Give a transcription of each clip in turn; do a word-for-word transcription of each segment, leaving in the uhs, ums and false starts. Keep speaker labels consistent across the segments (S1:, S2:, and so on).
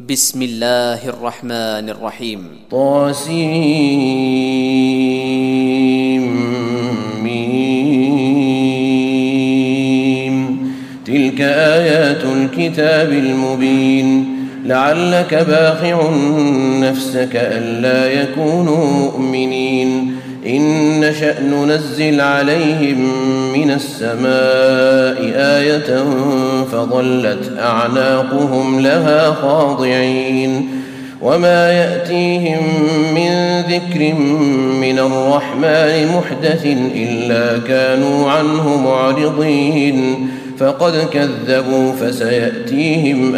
S1: بسم الله الرحمن الرحيم.
S2: طاسيم. تلك آيات الكتاب المبين. لعلك باخع نفسك ألا يكونوا مؤمنين. إن نشأ ننزل عليهم من السماء آية فظلت أعناقهم لها خاضعين. وما يأتيهم من ذكر من الرحمن محدث إلا كانوا عنه معرضين. فقد كذبوا فسيأتيهم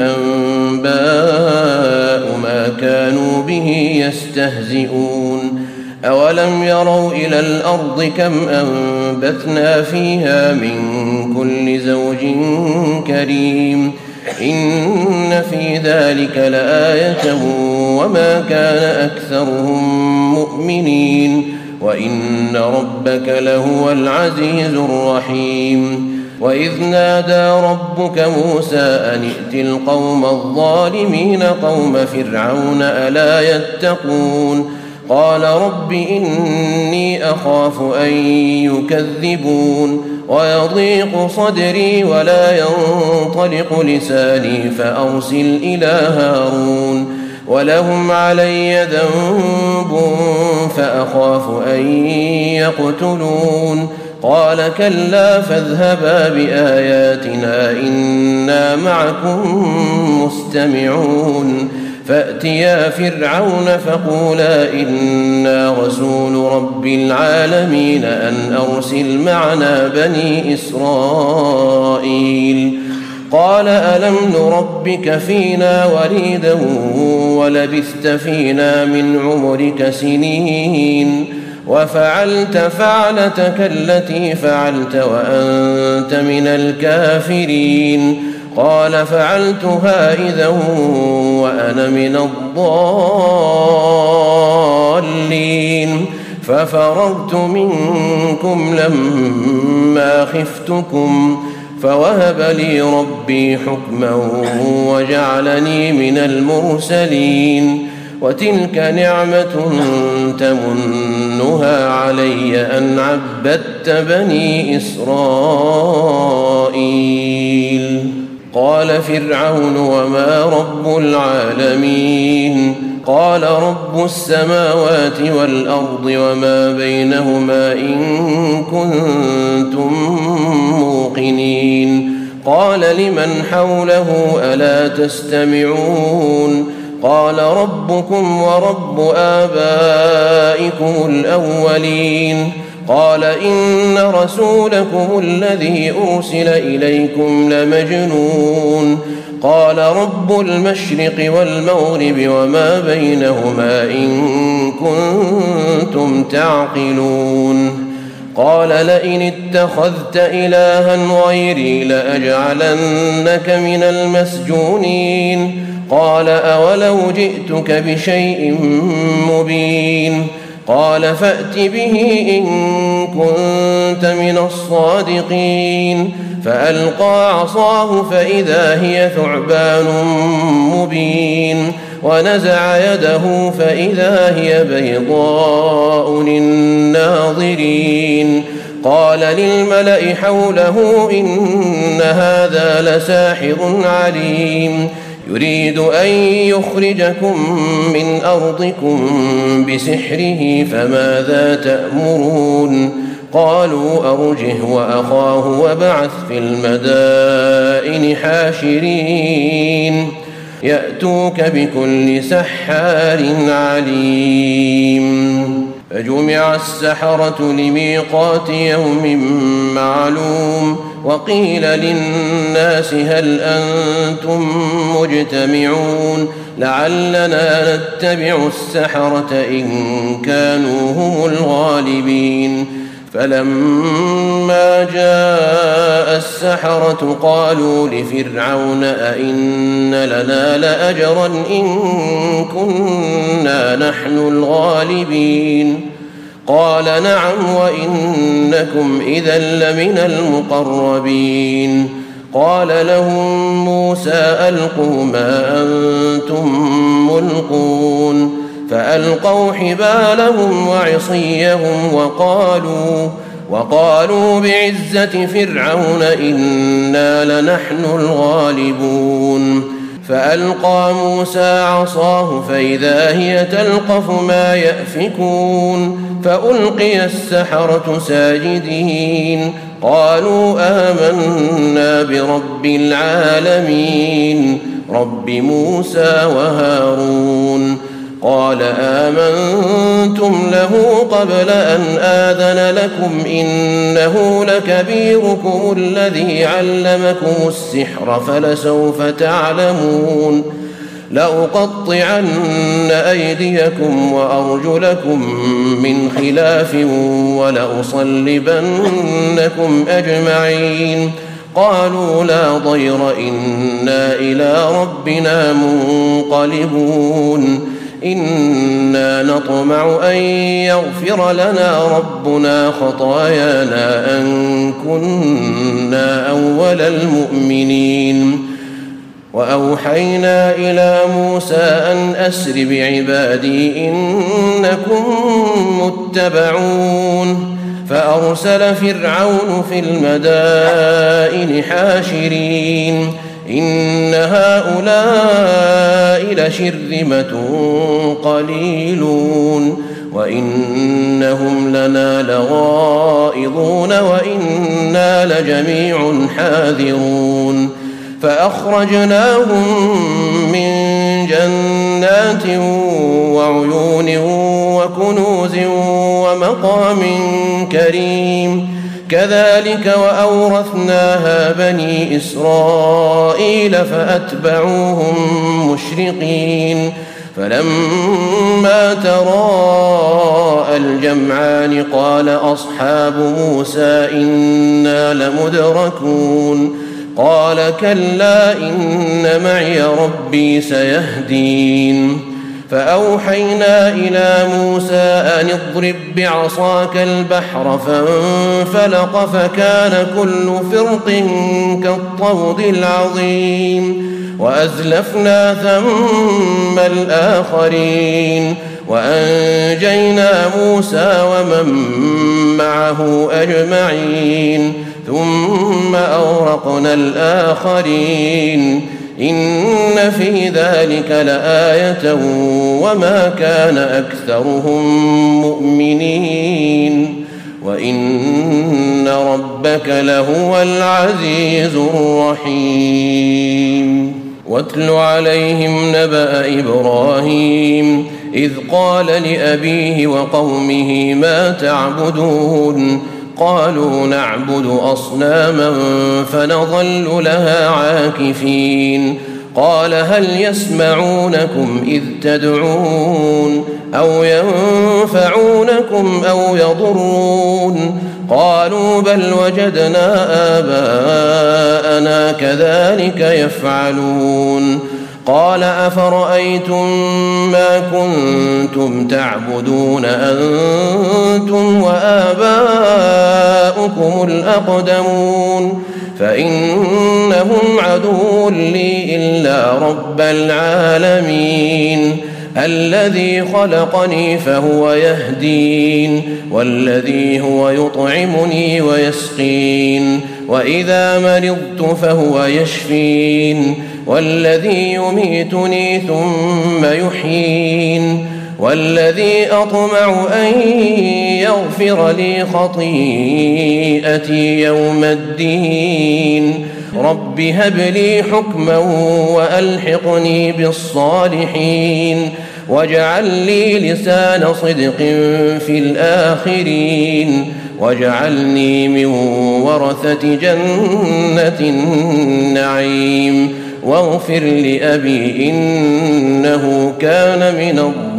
S2: أنباء ما كانوا به يستهزئون. أولم يروا إلى الأرض كم أنبتنا فيها من كل زوج كريم. إن في ذلك لآية وما كان أكثرهم مؤمنين وإن ربك لهو العزيز الرحيم. وإذ نادى ربك موسى أن ائت القوم الظالمين قوم فرعون ألا يتقون. قال رب إني أخاف أن يكذبون ويضيق صدري ولا ينطلق لساني فأرسل إلى هارون ولهم علي ذنب فأخاف أن يقتلون. قال كلا فاذهبا بآياتنا إنا معكم مستمعون. فأتيا فرعون فقولا إنا رسول رب العالمين أن أرسل معنا بني إسرائيل. قال ألم نربك فينا وليدا ولبثت فينا من عمرك سنين وفعلت فعلتك التي فعلت وأنت من الكافرين. قال فعلتها إذا وأنا من الضالين ففررت منكم لما خفتكم فوهب لي ربي حكما وجعلني من المرسلين. وتلك نعمة تمنها علي أن عبدت بني إسرائيل. قال فرعون وما رب العالمين. قال رب السماوات والأرض وما بينهما إن كنتم موقنين. قال لمن حوله ألا تستمعون. قال ربكم ورب آبائكم الأولين. قال إن رسولكم الذي أرسل إليكم لمجنون. قال رب المشرق والمغرب وما بينهما إن كنتم تعقلون. قال لئن اتخذت إلها غيري لأجعلنك من المسجونين. قال أولو جئتك بشيء مبين. قال فأت به إن كنت من الصادقين. فألقى عصاه فإذا هي ثعبان مبين ونزع يده فإذا هي بيضاء للناظرين. قال للملأ حوله إن هذا لساحر عليم يريد أن يخرجكم من أرضكم بسحره فماذا تأمرون. قالوا أرجه وأخاه وابعث في المدائن حاشرين يأتوك بكل سحار عليم. فجمع السحرة لميقات يوم معلوم. وقيل للناس هل أنتم مجتمعون لعلنا نتبع السحرة إن كانوا هم الغالبين. فلما جاء السحرة قالوا لفرعون أئن لنا لأجرا إن كنا نحن الغالبين. قال نعم وإنكم إذا لمن المقربين. قال لهم موسى ألقوا ما أنتم فألقوا حبالهم وعصيهم وقالوا وقالوا بعزة فرعون إنا لنحن الغالبون. فألقى موسى عصاه فإذا هي تلقف ما يأفكون فألقي السحرة ساجدين قالوا آمنا برب العالمين رب موسى وهارون. قال آمنتم له قبل أن آذن لكم إنه لكبيركم الذي علمكم السحر فلسوف تعلمون لأقطعن أيديكم وأرجلكم من خلاف ولأصلبنكم أجمعين. قالوا لا ضير إنا إلى ربنا منقلبون إنا نطمع أن يغفر لنا ربنا خطايانا أن كنا أول المؤمنين. وأوحينا إلى موسى أن أسر بعبادي إنكم متبعون. فأرسل فرعون في المدائن حاشرين إن هؤلاء لشرذمة قليلون وإنهم لنا لغائظون وإنا لجميع حاذرون. فأخرجناهم من جنات وعيون وكنوز ومقام كريم كذلك وأورثناها بني إسرائيل فأتبعوهم مشرقين. فلما تراءى الجمعان قال أصحاب موسى إنا لمدركون قال كلا إن معي ربي سيهدين. فأوحينا إلى موسى أن اضرب بعصاك البحر فانفلق فكان كل فرق كالطود العظيم وأزلفنا ثم الآخرين وأنجينا موسى ومن معه أجمعين ثم أغرقنا الآخرين إن في ذلك لآية وما كان أكثرهم مؤمنين وإن ربك لهو العزيز الرحيم. واتل عليهم نبأ إبراهيم إذ قال لأبيه وقومه ما تعبدون قالوا نعبد أصناما فنظل لها عاكفين قال هل يسمعونكم إذ تدعون أو ينفعونكم أو يضرون قالوا بل وجدنا آباءنا كذلك يفعلون قال أفرأيتم ما كنتم تعبدون أنتم وآباؤكم الأقدمون فإنهم عدو لي إلا رب العالمين الذي خلقني فهو يهدين والذي هو يطعمني ويسقين وإذا مرضت فهو يشفين والذي يميتني ثم يحيين والذي أطمع أن يغفر لي خطيئتي يوم الدين رب هب لي حكما وألحقني بالصالحين واجعل لي لسان صدق في الآخرين واجعلني من ورثة جنة النعيم واغفر لأبي إنه كان من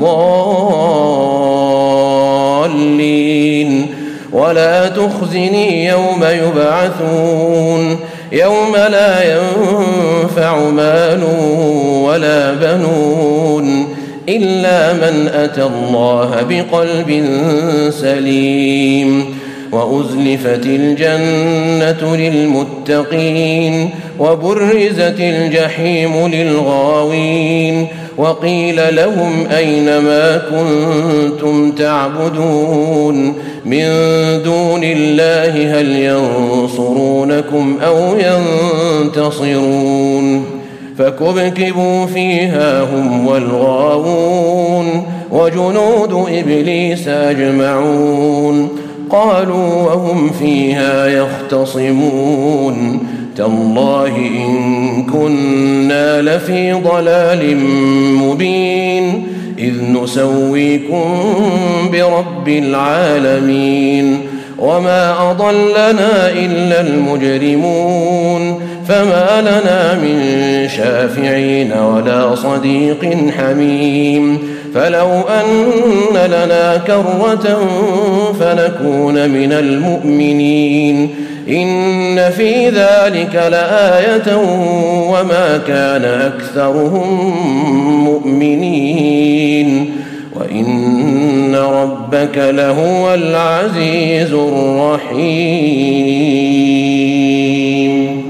S2: الضالين ولا تخزني يوم يبعثون يوم لا ينفع مال ولا بنون إلا من أتى الله بقلب سليم وأزلفت الجنة للمتقين وبرزت الجحيم للغاوين وقيل لهم أين ما كنتم تعبدون من دون الله هل ينصرونكم أو ينتصرون فكبكبوا فيها هم والغاوون وجنود إبليس أجمعون قالوا وهم فيها يختصمون تالله إن كنا لفي ضلال مبين إذ نسويكم برب العالمين وما أضلنا إلا المجرمون فما لنا من شافعين ولا صديق حميم فلو أن لنا كرة فنكون من المؤمنين إن في ذلك لآية وما كان أكثرهم مؤمنين وإن ربك لهو العزيز الرحيم.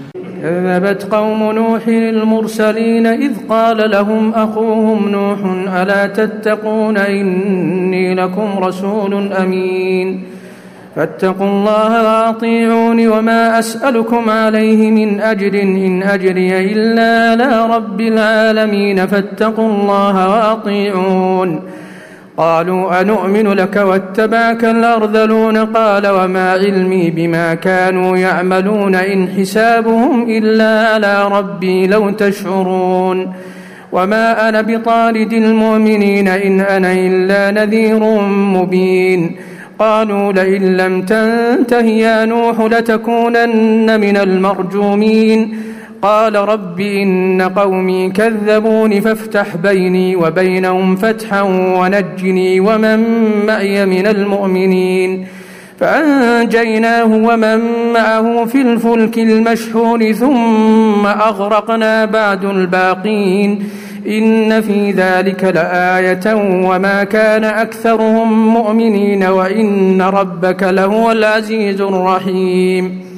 S3: كذبت قوم نوح المرسلين إذ قال لهم أخوهم نوح ألا تتقون إني لكم رسول أمين فاتقوا الله وأطيعون وما أسألكم عليه من أجر إن أجري إلا على رب العالمين فاتقوا الله وأطيعون. قالوا أنؤمن لك واتبعك الأرذلون قال وما علمي بما كانوا يعملون إن حسابهم إلا على ربي لو تشعرون وما أنا بطارد المؤمنين إن أنا إلا نذير مبين. قالوا لئن لم تنته يا نوح لتكونن من المرجومين قال رب إن قومي كذبون فافتح بيني وبينهم فتحا ونجني ومن معي من المؤمنين فأنجيناه ومن معه في الفلك المشحون ثم أغرقنا بعد الباقين إن في ذلك لآية وما كان أكثرهم مؤمنين وإن ربك لهو العزيز الرحيم.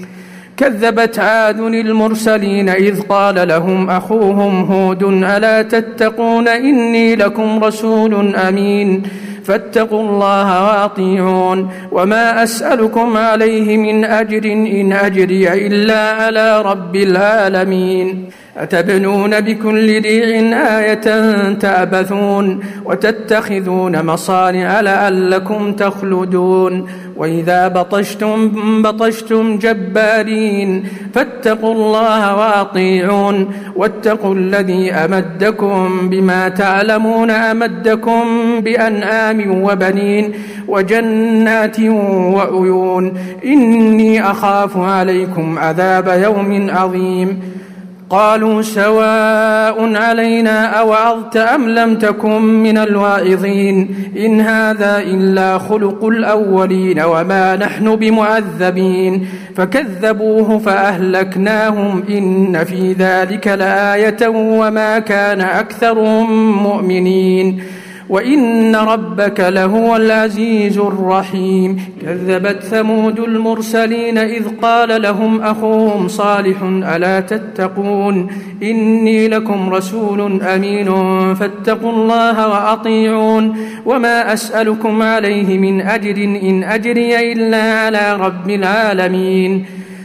S3: كذبت عاد المرسلين إذ قال لهم أخوهم هود ألا تتقون إني لكم رسول أمين فاتقوا الله وأطيعون وما أسألكم عليه من أجر إن أجري إلا على رب العالمين. أتبنون بكل ريع آية تعبثون وتتخذون مصانع لعلكم تخلدون وإذا بطشتم بطشتم جبارين فاتقوا الله وأطيعون واتقوا الذي أمدكم بما تعلمون أمدكم بأنعام وبنين وجنات وعيون إني أخاف عليكم عذاب يوم عظيم. قالوا سواء علينا أوعظت أم لم تكن من الواعظين إن هذا إلا خلق الأولين وما نحن بمعذبين فكذبوه فأهلكناهم إن في ذلك لآية وما كان أكثرهم مؤمنين وإن ربك لهو العزيز الرحيم. كذبت ثمود المرسلين إذ قال لهم أخوهم صالح ألا تتقون إني لكم رسول أمين فاتقوا الله وأطيعون وما أسألكم عليه من أجر إن أجري إلا على رب العالمين.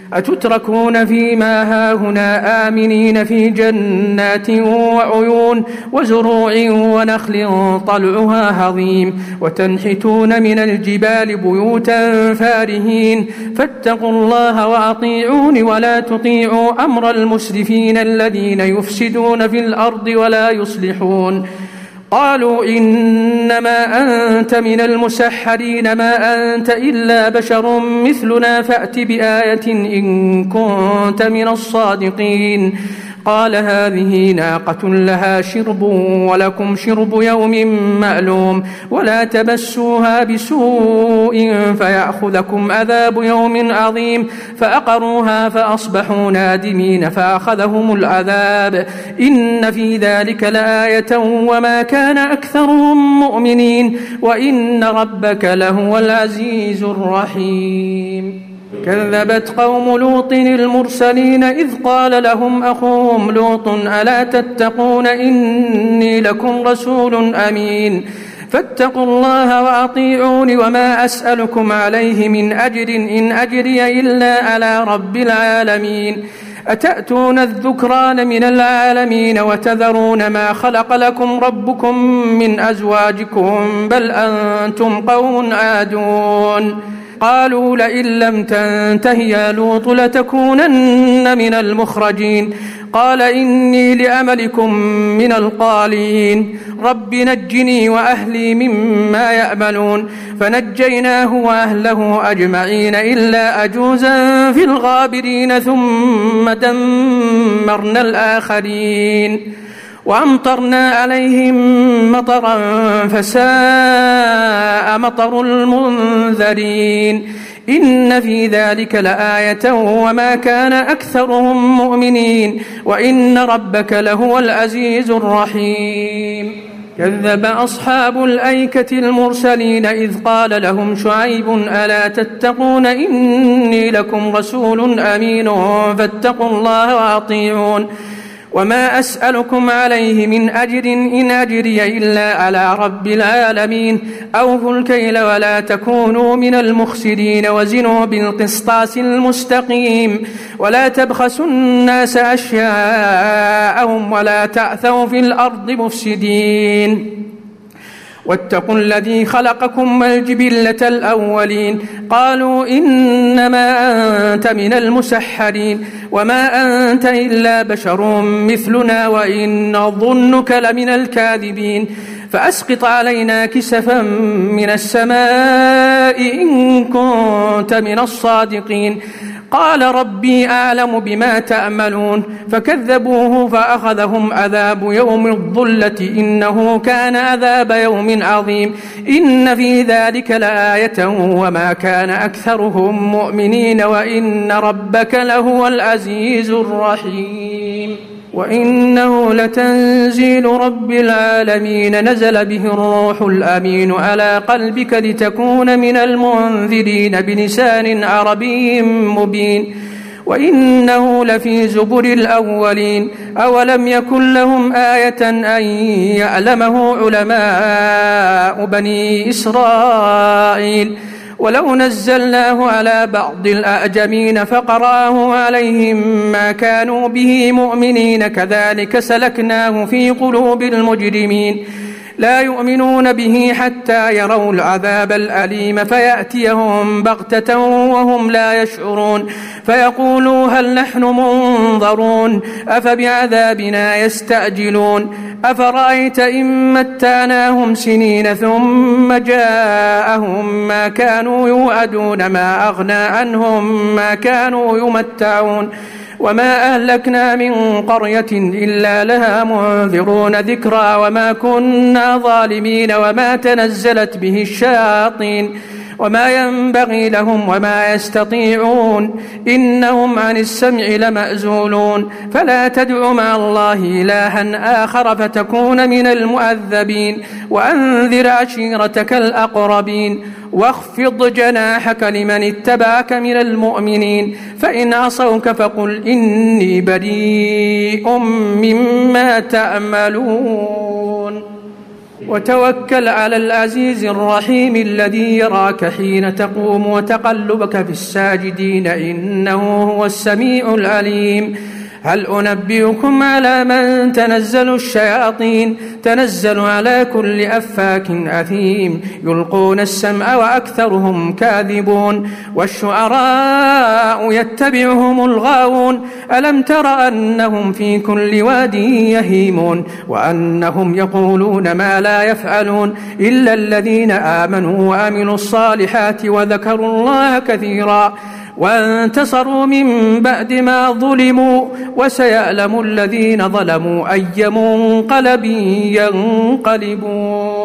S3: أتتركون فيما هاهنا آمنين في جنات وعيون وزروع ونخل طلعها هضيم وتنحتون من الجبال بيوتا فارهين فاتقوا الله وأطيعون ولا تطيعوا أمر المسرفين الذين يفسدون في الأرض ولا يصلحون. قالوا إنما أنت من المسحرين ما أنت إلا بشر مثلنا فأت بآية إن كنت من الصادقين. قال هذه ناقة لها شرب ولكم شرب يوم معلوم ولا تمسوها بسوء فيأخذكم عذاب يوم عظيم فأقروها فأصبحوا نادمين فأخذهم العذاب إن في ذلك لآية وما كان أكثرهم مؤمنين وإن ربك لهو العزيز الرحيم. كذبت قوم لوط المرسلين إذ قال لهم أخوهم لوط ألا تتقون إني لكم رسول أمين فاتقوا الله وأطيعون وما أسألكم عليه من أجر إن أجري إلا على رب العالمين أتأتون الذكران من العالمين وتذرون ما خلق لكم ربكم من أزواجكم بل أنتم قوم عادون قالوا لئن لم تنته يا لوط لتكونن من المخرجين قال إني لأملكم من القالين رب نجني وأهلي مما يأملون فنجيناه وأهله أجمعين إلا أجوزا في الغابرين ثم دمرنا الآخرين وأمطرنا عليهم مطرا فساء مطر المنذرين إن في ذلك لآية وما كان أكثرهم مؤمنين وإن ربك لهو العزيز الرحيم كذب أصحاب الأيكة المرسلين إذ قال لهم شعيب ألا تتقون إني لكم رسول أمين فاتقوا الله وأطيعون وما أسألكم عليه من أجر إن أجري إلا على رب العالمين أوفوا الكيل ولا تكونوا من المخسرين وزنوا بالقسطاس المستقيم ولا تبخسوا الناس أشياءهم ولا تعثوا في الأرض مفسدين واتقوا الذي خلقكم والجبلة الأولين قالوا إنما أنت من المسحرين وما أنت إلا بشر مثلنا وإن ظنك لمن الكاذبين فأسقط علينا كسفا من السماء إن كنت من الصادقين قال ربي أعلم بما تأملون فكذبوه فأخذهم عذاب يوم الظلة إنه كان عذاب يوم عظيم إن في ذلك لآية وما كان أكثرهم مؤمنين وإن ربك لهو العزيز الرحيم وإنه لتنزيل رب العالمين نزل به الروح الأمين على قلبك لتكون من المنذرين بلسان عربي مبين وإنه لفي زبر الأولين أولم يكن لهم آية أن يعلمه علماء بني إسرائيل ولو نزلناه على بعض الأعجمين فقرأه عليهم ما كانوا به مؤمنين كذلك سلكناه في قلوب المجرمين لا يؤمنون به حتى يروا العذاب الأليم فيأتيهم بغتة وهم لا يشعرون فيقولوا هل نحن منظرون أفبعذابنا يستعجلون أفرأيت إن متعناهم سنين ثم جاءهم ما كانوا يوعدون ما أغنى عنهم ما كانوا يمتعون وما أهلكنا من قرية إلا لها منذرون ذكرى وما كنا ظالمين وما تنزلت به الشياطين وما ينبغي لهم وما يستطيعون إنهم عن السمع لمأزولون فلا تدع مع الله إلها آخر فتكون من المؤذبين وأنذر عشيرتك الأقربين واخفض جناحك لمن اتبعك من المؤمنين فإن عصوك فقل إني بريء مما تأملون وتوكل على العزيز الرحيم الذي يراك حين تقوم وتقلبك في الساجدين إنه هو السميع العليم هل أنبئكم على من تنزل الشياطين تنزل على كل أفاك أثيم يلقون السمع وأكثرهم كاذبون والشعراء يتبعهم الغاوون ألم تر أنهم في كل واد يهيمون وأنهم يقولون ما لا يفعلون إلا الذين آمنوا وعملوا الصالحات وذكروا الله كثيرا وانتصروا من بعد ما ظلموا وسيعلم الذين ظلموا أي منقلب ينقلبون